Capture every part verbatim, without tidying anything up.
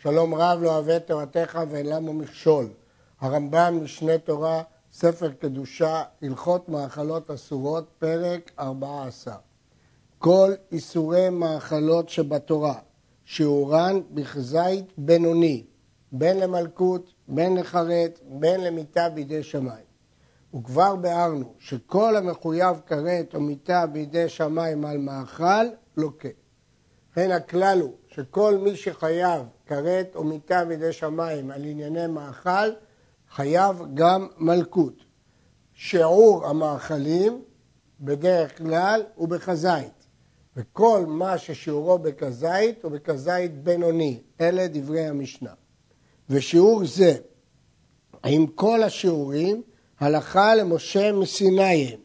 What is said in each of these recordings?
שלום רב לא אוהב תורתך ואין למו מכשול. הרמב"ם משנה תורה, ספר קדושה, הלכות מאכלות אסורות, פרק ארבע עשרה. כל איסורי מאכלות שבתורה, שיעורן בכזית בינוני, בין למלכות, בין לחרט, בין למיתה בידי שמיים. וכבר ביארנו שכל המחויב כרת או מיתה בידי שמיים על מאכל, לוקה. לכן הכלל הוא שכל מי שחייב כרת או מיתה בידי שמיים על ענייני מאכל, חייב גם מלכות. שיעור המאכלים בדרך כלל הוא בכזית, וכל מה ששיעורו בכזית הוא בכזית בינוני, אלה דברי המשנה. ושיעור זה, עם כל השיעורים, הלכה למשה מסיני,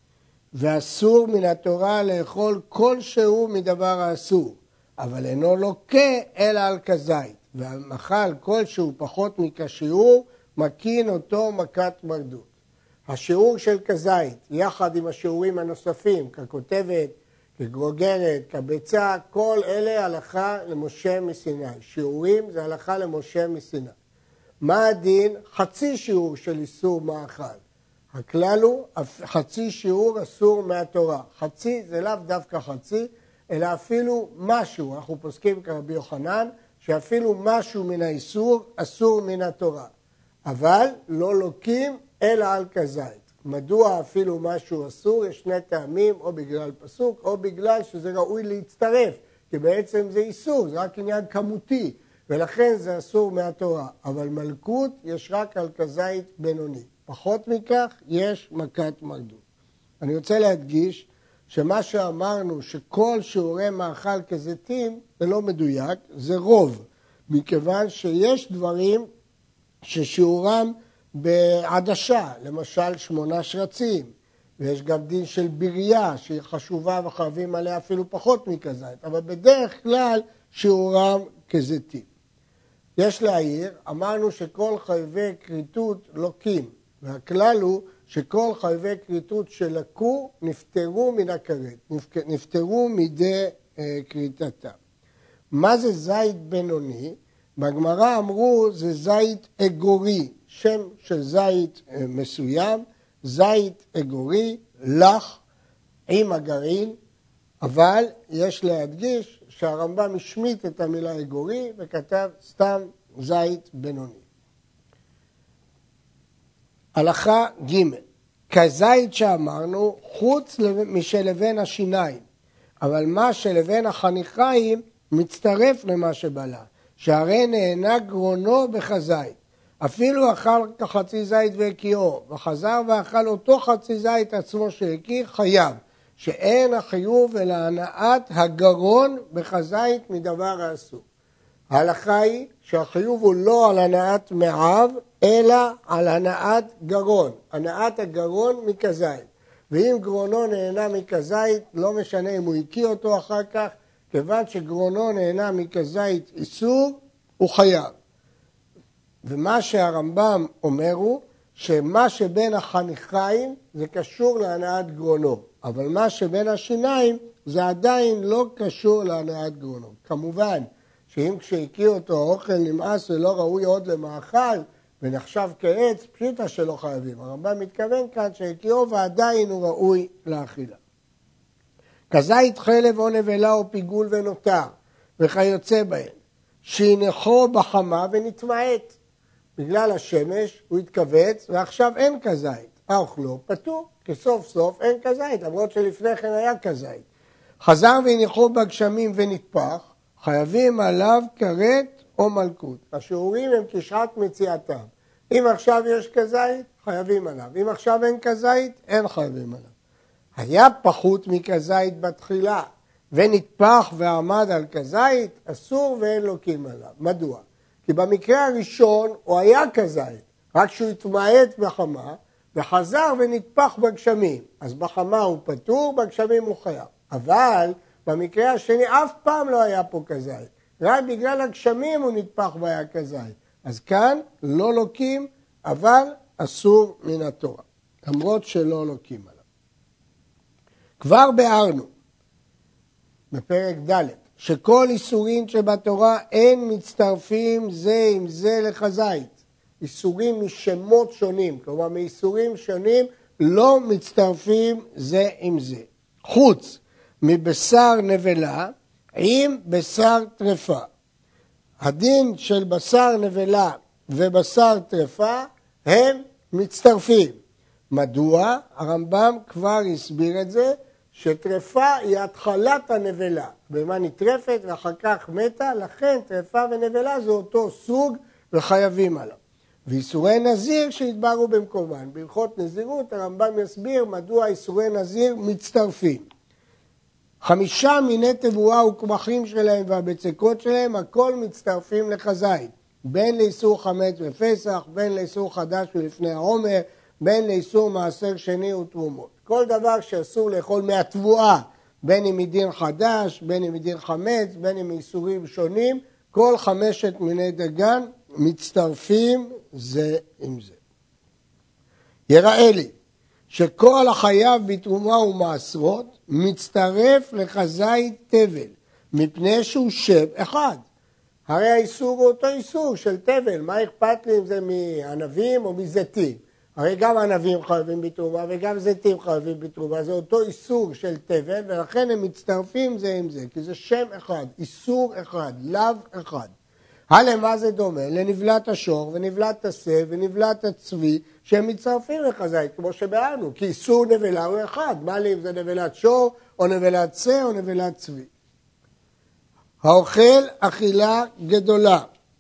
ואסור מן התורה לאכול כל שהוא מדבר האסור, אבל אינו לוקה אלא על כזית, והמאכל כל שהוא פחות מכשיעור, מקין אותו מכת מרדות. השיעור של כזית, יחד עם השיעורים הנוספים, ככותבת, כגרוגרת, כביצה, כל אלה הלכה למשה מסיני. שיעורים זה הלכה למשה מסיני. מה הדין? חצי שיעור של איסור מאכל. הכלל הוא חצי שיעור אסור מהתורה. חצי זה לאו דווקא חצי, אלא אפילו משהו. אנחנו פוסקים כרבי יוחנן, שאפילו משהו מן האיסור אסור מן התורה. אבל לא לוקים אלא על כזית. מדוע אפילו משהו אסור? יש שני טעמים, או בגלל פסוק, או בגלל שזה ראוי להצטרף, כי בעצם זה איסור, זה רק עניין כמותי, ולכן זה אסור מהתורה. אבל מלכות יש רק על כזית בינוני. פחות מכך יש מכת מרדות. אני רוצה להדגיש שמה שאמרנו שכל שיעורי מאכל כזיתים זה לא מדויק, זה רוב, מכיוון שיש דברים ששיעורם בעדשה, למשל שמונה שרצים, ויש גם דין של בירייה שהיא חשובה וחייבים עליה אפילו פחות מכזית, אבל בדרך כלל שיעורם כזיתים. יש להעיר, אמרנו שכל חייבי כריתות לוקים, והכלל הוא שכל חייבי כריתות שלקו נפטרו מן הכרת, נפטרו מידי אה, כריתתם. מה זה זית בינוני? בגמרא אמרו זה זית אגורי, שם של זית מסוים, זית אגורי, לח, עם הגרעין, אבל יש להדגיש שהרמב"ם השמיט את המילה אגורי וכתב סתם זית בינוני. הלכה ג' כזית שאמרנו חוץ משלבין השיניים, אבל מה שלבין החניכיים מצטרף למה שבלה, שהרי נהנה גרונו בכזית. אפילו אכל כחצי זית והקיאו, וחזר ואכל אותו חצי זית עצמו שהקיא, חייב, שאין החיוב אלא הנעת הגרון בכזית מדבר האסור. ההלכה היא שהחיוב הוא לא על הנעת מעב, אלא על הנעת גרון, הנעת הגרון מכזית. ואם גרונו נהנה מכזית, לא משנה אם הוא הקיא אותו אחר כך, כיוון שגרונו נהנה מכזית איסור, הוא חייב. ומה שהרמב"ם אומר הוא, שמה שבין החניכיים זה קשור להנעת גרונו, אבל מה שבין השיניים זה עדיין לא קשור להנעת גרונו. כמובן שאם כשהקיא אותו האוכל נמאס ולא ראוי עוד למאכל ונחשב כעץ, פשיטה שלא חייבים. הרמב"ם מתכוון כאן שהקיאו ועדיין הוא ראוי לאכילה. כזית חלב או נבלה או פיגול ונותר וכיוצא בהן, שינחו בחמה ונתמעט. בגלל השמש הוא התכווץ ועכשיו אין כזית. האוכלו פטור, כי סוף סוף אין כזית, למרות שלפני כן היה כזית. חזר והניחו בגשמים ונתפח, חייבים עליו כרת או מלכות. השיעורים הם כשעת מציאתם. אם עכשיו יש כזית, חייבים עליו. אם עכשיו אין כזית, אין חייבים עליו. היה פחות מכזית בתחילה, ונתפח ועמד על כזית, אסור ואין לוקים עליו. מדוע? כי במקרה הראשון הוא היה כזית, רק שהוא התמעט בחמה, וחזר ונתפח בגשמים. אז בחמה הוא פטור, בגשמים הוא חייב. אבל במקרה השני אף פעם לא היה פה כזית. רק בגלל הגשמים הוא נתפח והיה כזית. אז כאן לא לוקים, אבל אסור מן התורה. למרות שלא לוקים עליו. כבר ביארנו בפרק ד' שכל איסורים שבתורה אין מצטרפים זה עם זה לחזית. איסורים משמות שונים, כלומר מאיסורים שונים לא מצטרפים זה עם זה. חוץ מבשר נבלה עם בשר טרפה. הדין של בשר נבלה ובשר טרפה הם מצטרפים. מדוע? הרמב"ם כבר הסביר את זה, שטרפה היא התחלת הנבלה. במה נטרפת ואחר כך מתה, לכן טרפה ונבלה זה אותו סוג וחייבים עליו. ואיסורי נזיר שהתברו במקומן. בהלכות נזירות הרמב"ם יסביר מדוע איסורי נזיר מצטרפים. חמישה מיני תבואה וקמחים שלהם והבצקות שלהם, הכל מצטרפים לחזית. בין לאיסור חמץ בפסח, בין לאיסור חדש ולפני העומר, בין לאיסור מעשר שני ותרומות. כל דבר שאסור לאכול מהתבואה, בין אם מדין חדש, בין אם מדין חמץ, בין אם איסורים שונים, כל חמשת מיני דגן מצטרפים זה עם זה. יראה לי שכל החייב בתרומה ומעשרות מצטרף לחזית תבל, מפני שהוא שם אחד. הרי האיסור הוא אותו איסור של תבל, מה אכפת לי אם זה מענבים או מזיתים? הרי גם ענבים חייבים בתרומה וגם זיתים חייבים בתרומה, זה אותו איסור של תבל, ולכן הם מצטרפים זה עם זה, כי זה שם אחד, איסור אחד, לאו אחד. הלמה זה דומה? לנבלת השור ונבלת הסב ונבלת הצבי, שהם מצטרפים לחזית, כמו שבאנו, כי איסור נבלה הוא אחד, מה לי אם זה נבלת שור או נבלת סה או נבלת צבי. האוכל אכילה גדולה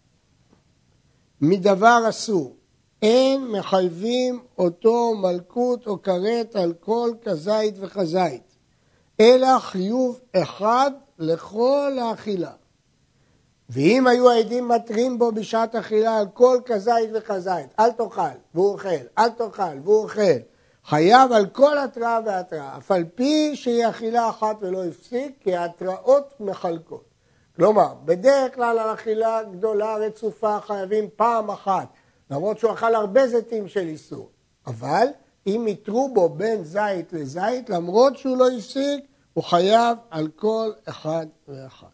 מדבר אסור, אין מחייבים אותו מלכות או כרת על כל כזית וכזית, אלא חיוב אחד לכל האכילה. ואם היו העדים מתרים בו בשעת אכילה על כל כזית וכזית, אל תאכל והוא אוכל, אל תאכל והוא אוכל, חייב על כל התראה והתראה, אף על פי שהיא אכילה אחת ולא הפסיק, כי ההתראות מחלקות. כלומר, בדרך כלל על אכילה גדולה רצופה חייבים פעם אחת, למרות שהוא אכל הרבה זיתים של איסור. אבל אם יתרו בו בין זית לזית, למרות שהוא לא הפסיק, הוא חייב על כל אחד ואחד.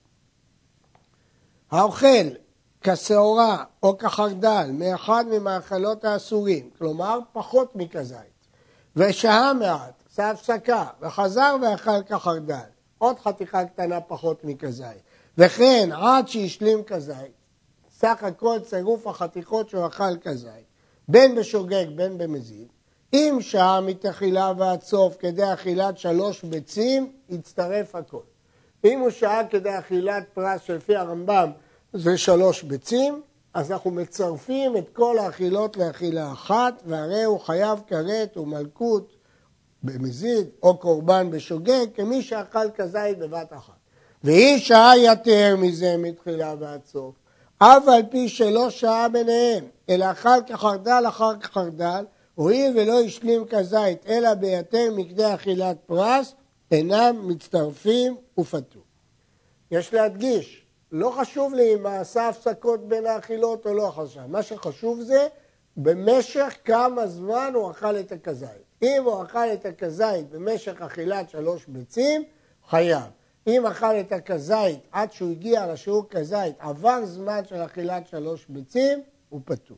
האוכל כשעורה או כחרדל מאחד ממאכלות האסורים, כלומר פחות מכזית, ושהה מעט, עשה הפסקה, וחזר ואכל כחרדל, עוד חתיכה קטנה פחות מכזית, וכן עד שהשלים כזית, סך הכל צירוף החתיכות שהוא אכל כזית, בין בשוגג בין במזיד, אם שעה מתחילה ועד סוף כדי אכילת שלוש ביצים, יצטרף הכל. אם הוא שעה כדי אכילת פרס שלפי הרמב"ם זה שלוש ביצים, אז אנחנו מצרפים את כל האכילות לאכילה אחת, והרי הוא חייב כרת ומלכות במזיד או קורבן בשוגג, כמי שאכל כזית בבת אחת. והיא שעה יותר מזה מתחילה ועד סוף, אף על פי שלא שעה ביניהם, אלא אכל כחרדל אחר כחרדל, הואיל ולא השלים כזית, אלא ביותר מכדי אכילת פרס, אינם מצטרפים ופתו. יש להדגיש, לא חשוב לי אם עשה הפסקות בין האכילות או לא חשב. מה שחשוב זה במשך כמה זמן הוא אכל את הכזית. אם הוא אכל את הכזית במשך אכילת שלוש ביצים, חייב. אם אכל את הכזית עד שהוא הגיע לשיעור כזית, עבר זמן של אכילת שלוש ביצים, הוא פטור.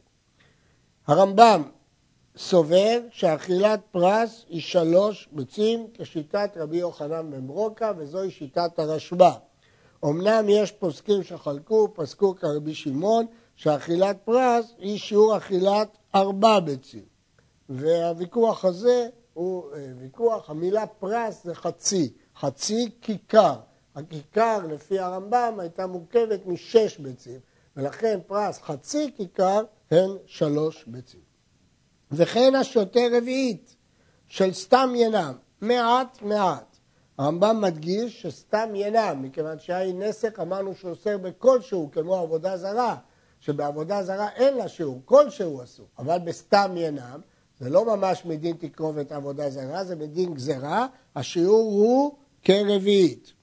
הרמב"ם סובר שאכילת פרס היא שלוש ביצים כשיטת רבי יוחנן בן ברוקה, וזוהי שיטת הרשב"א. אמנם יש פוסקים שחלקו, פסקו כרבי שמעון, שאכילת פרס היא שיעור אכילת ארבע ביצים. והוויכוח הזה הוא ויכוח, המילה פרס זה חצי, חצי כיכר. הכיכר לפי הרמב"ם הייתה מורכבת משש ביצים, ולכן פרס חצי כיכר הן שלוש ביצים. וכן השוטה רביעית של סתם ינם, מעט מעט. הרמב"ם מדגיש שסתם ינם, מכיוון שהיא נסק אמרנו שאוסר בכלשהו, כמו עבודה זרה, שבעבודה זרה אין לה שיעור, כלשהו אסור. אבל בסתם ינם, זה לא ממש מדין תקרובת עבודה זרה, זה מדין גזרה, השיעור הוא כרביעית.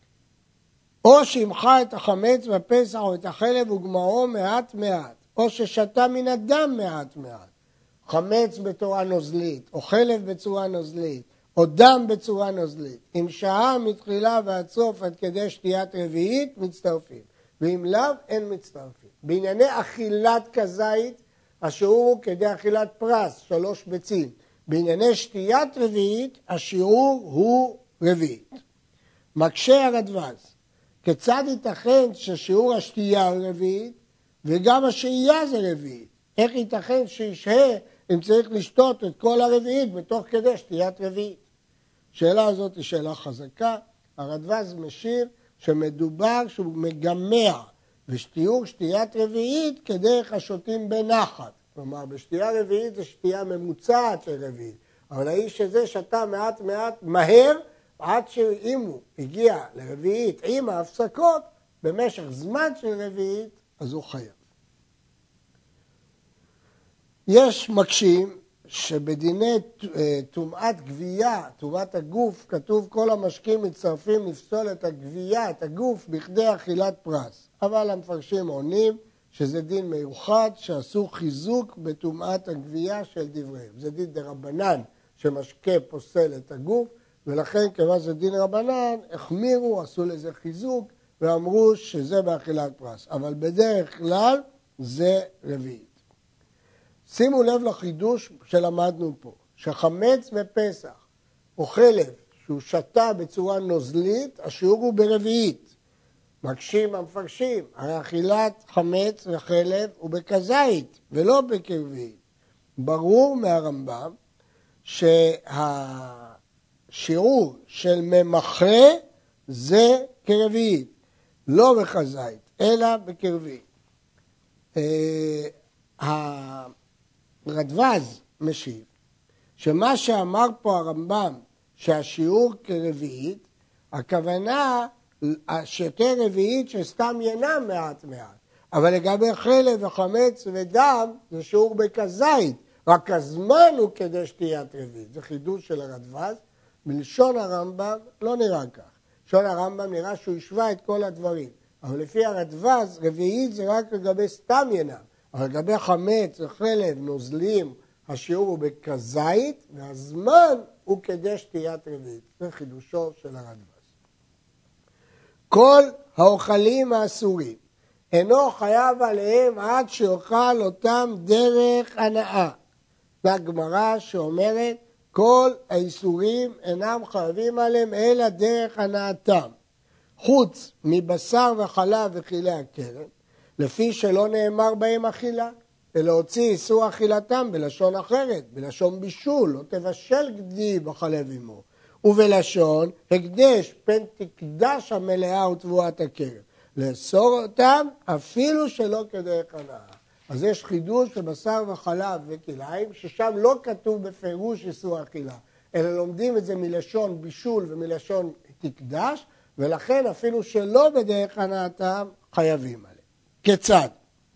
או שימחה את החמץ בפסח או את החלב וגמרו מעט מעט, או ששתה מן הדם מעט מעט. חמץ בצורה נוזלית, או חלב בצורה נוזלית, או דם בצורה נוזלית. אם שעה מתחילה ועד סוף עד כדי שתיית רביעית, מצטרפים. ואם לאו, אין מצטרפים. בענייני אכילת כזית, השיעור הוא כדי אכילת פרס, שלוש ביצים. בענייני שתיית רביעית, השיעור הוא רביעית. מקשה הרדב"ז, כיצד ייתכן ששיעור השתייה הוא רביעית, וגם השהייה זה רביעית? איך ייתכן שישהה אם צריך לשתות את כל הרביעית בתוך כדי שתיית רביעית? השאלה הזאת היא שאלה חזקה. הרדב"ז משאיר שמדובר שהוא מגמע, ושתיאור שתיית רביעית כדרך השותים בנחת. כלומר, בשתייה רביעית זה שתייה ממוצעת של רביעית. אבל האיש הזה שתה מעט מעט מהר, עד שאם הוא הגיע לרביעית עם ההפסקות, במשך זמן של רביעית, אז הוא חייב. יש מקשים שבדיני טומאת גבייה, טומאת הגוף, כתוב כל המשקים מצטרפים לפסול את הגבייה, את הגוף, בכדי אכילת פרס. אבל המפרשים עונים שזה דין מיוחד שעשו חיזוק בטומאת הגבייה של דבריהם. זה דין דרבנן שמשקה פוסל את הגוף, ולכן כיוון זה דין רבנן, החמירו, עשו לזה חיזוק, ואמרו שזה באכילת פרס. אבל בדרך כלל זה רביעית. שימו לב לחידוש שלמדנו פה, שחמץ בפסח או חלב שהוא שתה בצורה נוזלית, השיעור הוא ברביעית. מקשים המפרשים, הרי אכילת חמץ וחלב הוא בכזית ולא בקרביעית. ברור מהרמב"ם שהשיעור של ממחרה זה קרביעית, לא בכזית, אלא בקרביעית. הרדב"ז משיב שמה שאמר פה הרמב"ם שהשיעור כרביעית, הכוונה שיותר רביעית שסתם ינם מעט מעט, אבל לגבי חלב וחמץ ודם זה שיעור בכזית, רק הזמן הוא כדי שתיית רביעית. זה חידוש של הרדב"ז. מלשון הרמב"ם לא נראה כך. מלשון הרמב"ם נראה שהוא השווה את כל הדברים, אבל לפי הרדב"ז רביעית זה רק לגבי סתם ינם, אבל לגבי חמץ וחלב נוזלים השיעור הוא בכזית והזמן הוא כדי שתיית רביעית. זה חידושו של הרדב"ז. כל האוכלים האסורים אינו חייב עליהם עד שיאכל אותם דרך הנאה. זו הגמרא שאומרת כל האיסורים אינם חייבים עליהם אלא דרך הנאתם, חוץ מבשר וחלב וכלי הכרם, לפי שלא נאמר בהם אכילה, אלא הוציא איסור אכילתם בלשון אחרת, בלשון בישול, לא תבשל גדי בחלב עמו, ובלשון הקדש פן תקדש המלאה ותבואת הכרם, לאסור אותם אפילו שלא כדרך הנאה. אז יש חידוש של בשר וחלב וכליים, ששם לא כתוב בפירוש איסור אכילה, אלא לומדים את זה מלשון בישול ומלשון תקדש, ולכן אפילו שלא בדרך הנאתם חייבים עליהם. כיצד?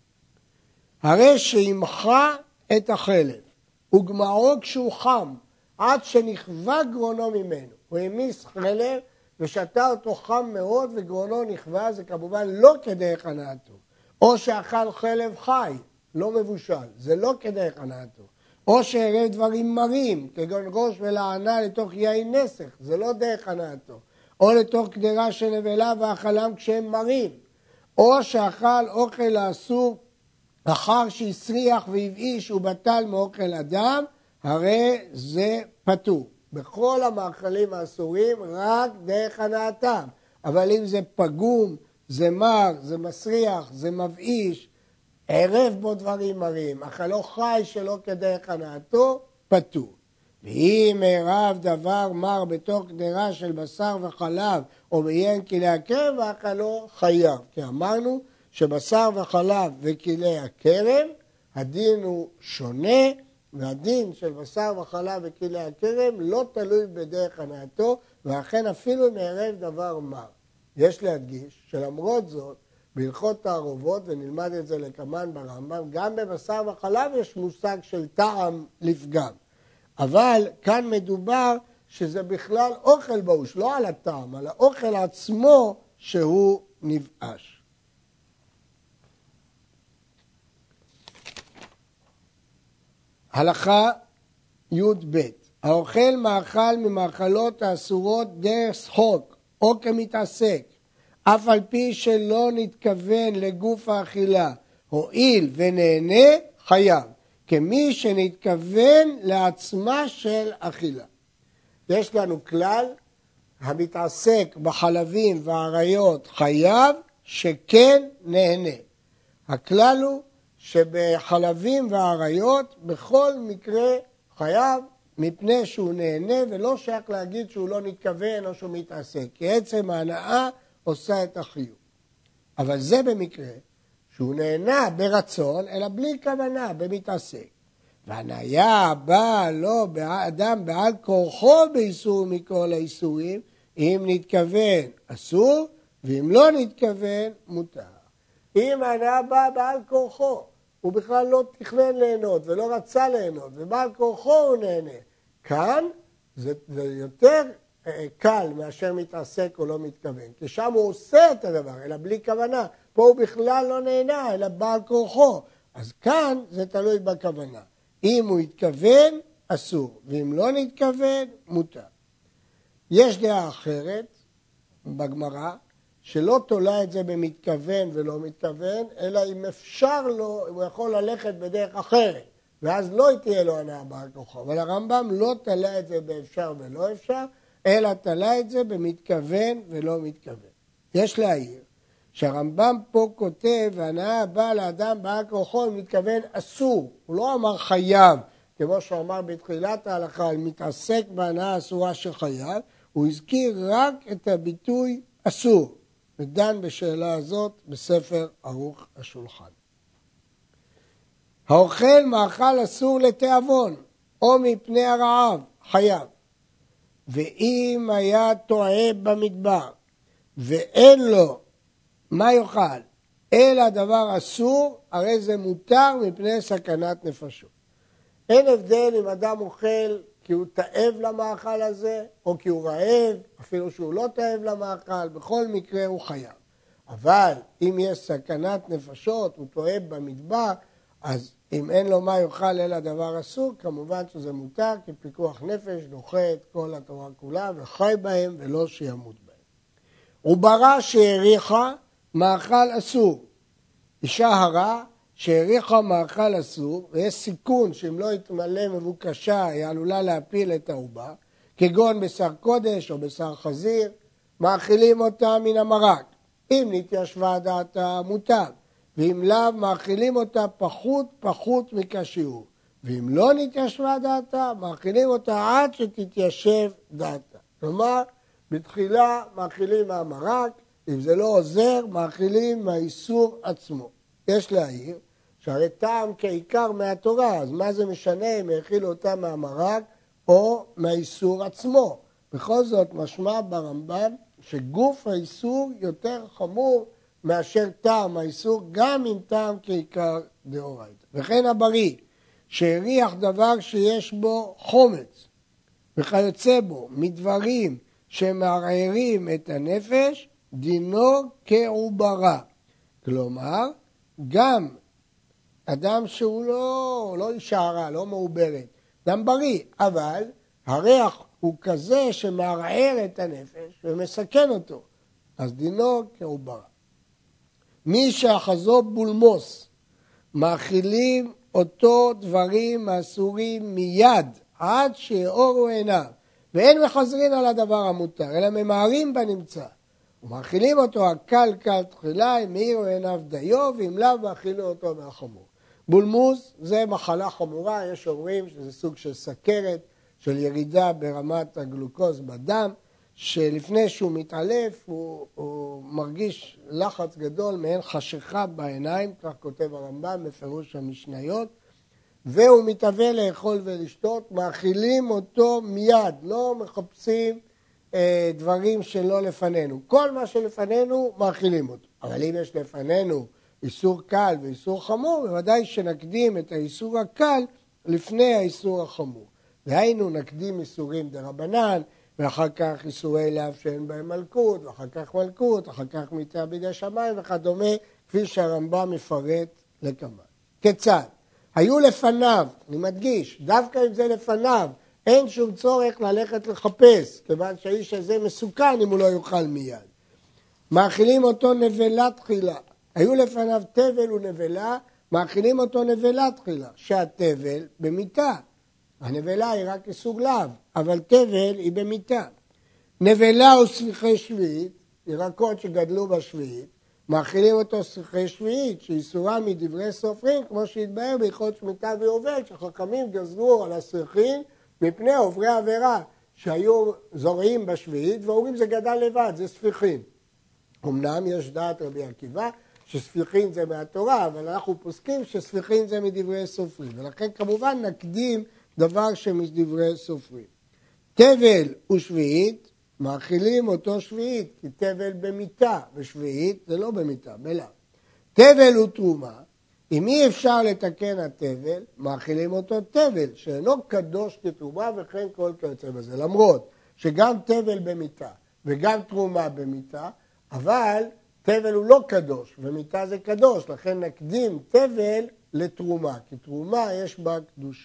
הרי שימחה את החלב וגמעו כשהוא חם עד שנכווה גרונו ממנו. הוא המיס חלב ושתה אותו חם מאוד וגרונו נכווה, זה כמובן לא כדרך הנאתו. או שאכל חלב חי, לא מבושל, זה לא כדרך הנאתו. או שהראה דברים מרים, כגון ראש ולענה לתוך יין נסך, זה לא דרך הנאתו. או לתוך קדרה של נבלה ואכלם כשהם מרים. או שאכל אוכל האסור אחר שהסריח והבאיש ובטל מאוכל אדם, הרי זה פטור. בכל המאכלים האסורים רק דרך הנאתם. אבל אם זה פגום, זה מר, זה מסריח, זה מבאיש, ערב בו דברים מרים, אכלו חי שלא כדרך הנאתו, פטור. ואם ערב דבר מר בתוך קדרה של בשר וחלב, או ביין כלי הכרם, ואכלו חייב. כי אמרנו שבשר וחלב וכלי הכרם, הדין הוא שונה, והדין של בשר וחלב וכלי הכרם לא תלוי בדרך הנאתו, ואכן אפילו אם ערב דבר מר. יש להדגיש שלמרות זאת, בהלכות תערובות, ונלמד את זה לכמן ברמב"ם, גם בבשר וחלב יש מושג של טעם לפגם. אבל כאן מדובר שזה בכלל אוכל באוש, לא על הטעם, על האוכל עצמו שהוא נבאש. הלכה י' ב' האוכל מאכל ממאכלות האסורות דרך שחוק או כמתעסק, אף על פי שלא נתכוון לגוף האכילה, הועיל ונהנה, חייב, כמי שנתכוון לעצמה של אכילה. יש לנו כלל, המתעסק בחלבים והעריות חייב, שכן נהנה. הכלל הוא שבחלבים והעריות בכל מקרה חייב, מפני שהוא נהנה, ולא שייך להגיד שהוא לא נתכוון או שהוא מתעסק, כי עצם ההנאה עושה את החיוב. אבל זה במקרה שהוא נהנה ברצון, אלא בלי כוונה, במתעסק. והניה באה לו באדם בעל כורחו באיסור מכל האיסורים, אם נתכוון אסור, ואם לא נתכוון מותר. אם ההנאה באה בעל כורחו, הוא בכלל לא תכנן ליהנות ולא רצה ליהנות, ובעל כורחו הוא נהנה. כאן זה, זה יותר אה, קל מאשר מתעסק או לא מתכוון, כי שם הוא עושה את הדבר, אלא בלי כוונה. פה הוא בכלל לא נהנה, אלא בעל כורחו. אז כאן זה תלוי בכוונה. אם הוא התכוון, אסור, ואם לא נתכוון, מותר. יש דעה אחרת בגמרא, שלא תולה את זה במתכוון ולא מתכוון, אלא אם אפשר לו, אם הוא יכול ללכת בדרך אחרת, ואז לא תהיה לו הנאה בעל כורחו. אבל הרמב"ם לא תלה את זה באפשר ולא אפשר, אלא תלה את זה במתכוון ולא מתכוון. יש להעיר שהרמב"ם פה כותב, ההנאה באה לאדם בעל כורחו, הוא מתכוון אסור. הוא לא אמר חייב, כמו שהוא אמר בתחילת ההלכה, על מתעסק בהנאה אסורה שחייב, הוא הזכיר רק את הביטוי אסור. ודן בשאלה הזאת בספר ערוך השולחן. האוכל מאכל אסור לתיאבון, או מפני הרעב, חייב. ואם היה טועה במדבר, ואין לו מה יאכל, אלא דבר אסור, הרי זה מותר מפני סכנת נפשות. אין הבדל אם אדם אוכל כי הוא תאב למאכל הזה, או כי הוא רעב, אפילו שהוא לא תאב למאכל, בכל מקרה הוא חייב. אבל אם יש סכנת נפשות, הוא טועה במדבר, אז אם אין לו מה יאכל אלא דבר אסור, כמובן שזה מותר, כי פיקוח נפש דוחה את כל התורה כולה, וחי בהם ולא שימות בהם. עוברה שהריחה מאכל אסור. אישה הרה שהריחה מאכל אסור, ויש סיכון שאם לא יתמלא מבוקשה, היא עלולה להפיל את העובר, כגון בשר קודש או בשר חזיר, מאכילים אותה מן המרק. אם נתיישבה דעתה מותר, ואם לאו מאכילים אותה פחות פחות מכשיעור. ואם לא נתיישבה דעתה, מאכילים אותה עד שתתיישב דעתה. כלומר, בתחילה מאכילים מהמרק, אם זה לא עוזר, מאכילים מהאיסור עצמו. יש להעיר שהרי טעם כעיקר מהתורה, אז מה זה משנה אם האכילו אותה מהמרק או מהאיסור עצמו? בכל זאת משמע ברמב"ם שגוף האיסור יותר חמור מאשר טעם האיסור, גם אם טעם כעיקר דאורייתא. וכן הבריא, שהריח דבר שיש בו חומץ וכיוצא בו מדברים שמערערים את הנפש, דינו כעוברה. כלומר, גם אדם שהוא לא, לא אישה, לא מעוברת, אדם בריא, אבל הריח הוא כזה שמערער את הנפש ומסכן אותו, אז דינו כעוברה. מי שאחזו בולמוס, מאכילים אותו דברים אסורים מיד, עד שיאורו עיניו, ואין מחזרין על הדבר המותר, אלא ממהרים בנמצא. ומאכילים אותו הקל קל תחילה, אם מאירו עיניו דיו, ואם לאו מאכילו אותו מהחמור. בולמוס זה מחלה חמורה, יש אומרים שזה סוג של סכרת, של ירידה ברמת הגלוקוז בדם, שלפני שהוא מתעלף הוא, הוא מרגיש לחץ גדול מעין חשיכה בעיניים, כך כותב הרמב"ם בפירוש המשניות, והוא מתאווה לאכול ולשתות, מאכילים אותו מיד, לא מחפשים אה, דברים שלא לפנינו. כל מה שלפנינו מאכילים אותו. אבל אם יש לפנינו איסור קל ואיסור חמור, בוודאי שנקדים את האיסור הקל לפני האיסור החמור. והיינו נקדים איסורים דרבנן, ואחר כך איסורי לאו שאין בהם מלכות, ואחר כך מלכות, אחר כך מיתה בידי שמיים וכדומה, כפי שהרמב"ם מפרט לקמן. כיצד? היו לפניו, אני מדגיש, דווקא אם זה לפניו, אין שום צורך ללכת לחפש, כיוון שהאיש הזה מסוכן אם הוא לא יאכל מיד. מאכילים אותו נבלה תחילה. היו לפניו תבל ונבלה, מאכילים אותו נבלה תחילה. שהתבל במיתה. הנבלה היא רק כסוג לאו, אבל תבל היא במיתה. נבלה הוא ספיחי שביעית, ירקות שגדלו בשביעית, מאכילים אותו ספיחי שביעית, שאיסורה מדברי סופרים, כמו שהתבהר בהלכות שמיטה ויובל, שחכמים גזרו על הספיחין מפני עוברי עבירה, שהיו זורעים בשביעית, ואומרים זה גדל לבד, זה ספיחין. אמנם יש דעת רבי עקיבא, שספיחין זה מהתורה, אבל אנחנו פוסקים שספיחין זה מדברי סופרים, ולכן כמובן נקדים דבר שמדברי סופרים. תבל ושביעית, מאכילים אותו שביעית, כי תבל במיתה, ושביעית זה לא במיתה, בלאו. תבל הוא תרומה, אם אי אפשר לתקן התבל, מאכילים אותו תבל, שאינו קדוש כתרומה וכן כל כיוצא בזה. למרות שגם תבל במיתה וגם תרומה במיתה, אבל תבל הוא לא קדוש, ומיתה זה קדוש, לכן נקדים תבל לתרומה, כי תרומה יש בה קדושה.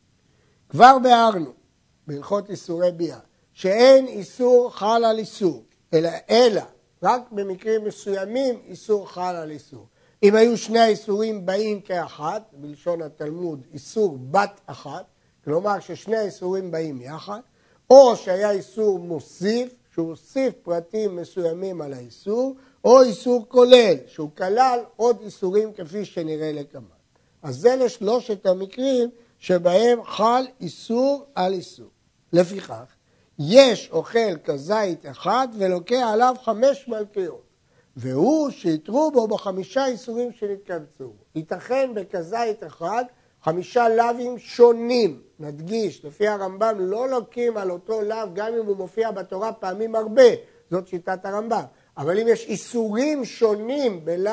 כבר ביארנו, בהלכות איסורי ביאה, שאין איסור חל על איסור, אלא, אלא רק במקרים מסוימים איסור חל על איסור. אם היו שני האיסורים באים כאחת, בלשון התלמוד איסור בת אחת, כלומר ששני האיסורים באים יחד, או שהיה איסור מוסיף, שהוא הוסיף פרטים מסוימים על האיסור, או איסור כולל, שהוא כלל עוד איסורים כפי שנראה לקמן. אז זה לשלושת המקרים שבהם חל איסור על איסור. לפיכך, יש אוכל כזית אחד ולוקח עליו חמש מלכיות, והוא שיתרו בו בחמישה איסורים שנתקבצו. ייתכן בכזית אחד חמישה לאווים שונים, נדגיש, לפי הרמב"ם לא לוקים על אותו לאו גם אם הוא מופיע בתורה פעמים הרבה, זאת שיטת הרמב"ם. אבל אם יש איסורים שונים בלאו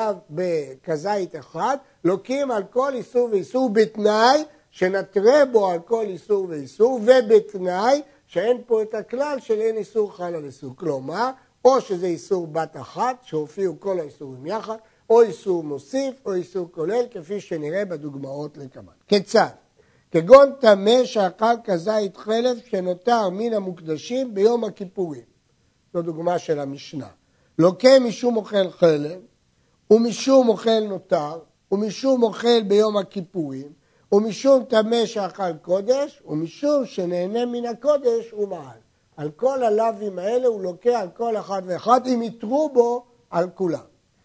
בכזית אחד, לוקים על כל איסור ואיסור בתנאי שנתרה בו על כל איסור ואיסור, ובתנאי שאין פה את הכלל של אין איסור חל על איסור. כלומר, או שזה איסור בת אחת, שהופיעו כל האיסורים יחד, או איסור מוסיף, או איסור כולל, כפי שנראה בדוגמאות לקמן. כיצד? כגון טמא שאכל כזית חלף שנותר מן המוקדשים ביום הכיפורים. זו דוגמה של המשנה. לוקה משום אוכל חלף, ומשום אוכל נותר, ומשום אוכל ביום הכיפורים, ומשום טמא שאכל קודש, ומשום שנהנה מן הקודש ומעל. על כל הלווים האלה הוא לוקה על כל אחד ואחד, אם יתרו בו על כולם.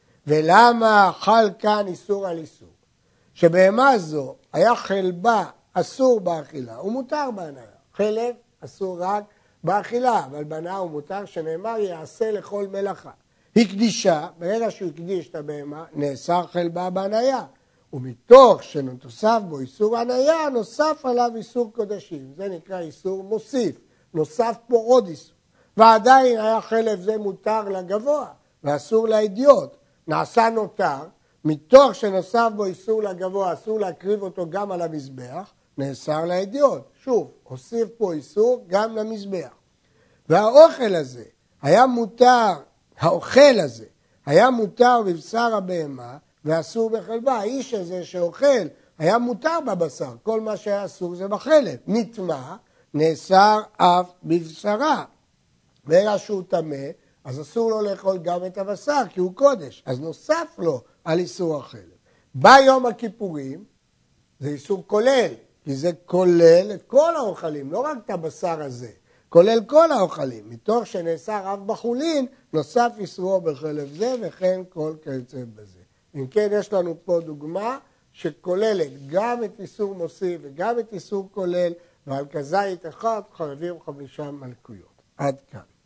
ולמה חל כאן איסור על איסור? שבהמה זו היה חלבה אסור באכילה, הוא מותר בהנאה. חלב אסור רק באכילה, אבל בהנאה הוא מותר, שנאמר יעשה לכל מלאכה. הקדישה, ברגע שהוא הקדיש את הבהמה, נאסר חלבה בהנאה. ומתוך שנוסף בו איסור הניה, נוסף עליו איסור קודשים. זה נקרא איסור מוסיף. נוסף פה עוד איסור. ועדיין היה חלב זה מותר לגבוה, ואסור לאידיוט. נעשה נותר, מתוך שנוסף בו איסור לגבוה, אסור להקריב אותו גם על המזבח, נאסר לאידיוט. שוב, הוסיף פה איסור גם למזבח. והאוכל הזה היה מותר, האוכל הזה היה מותר בבשר הבהמה, ואסור בחלבה. האיש הזה שאוכל היה מותר בבשר, כל מה שהיה אסור זה בחלב. נטמא, נאסר אף בבשרה. ברגע שהוא טמא, אז אסור לו לאכול גם את הבשר, כי הוא קודש. אז נוסף לו על איסור החלב. ביום הכיפורים, זה איסור כולל, כי זה כולל את כל האוכלים, לא רק את הבשר הזה, כולל כל האוכלים. מתוך שנאסר אף בחולין, נוסף איסורו בחלב זה, וכן כל כיוצא בזה. אם כן, יש לנו פה דוגמה שכוללת גם את איסור מוסיף וגם את איסור כולל, ועל כזית אחד חייבים חמישה מלכויות. עד כאן.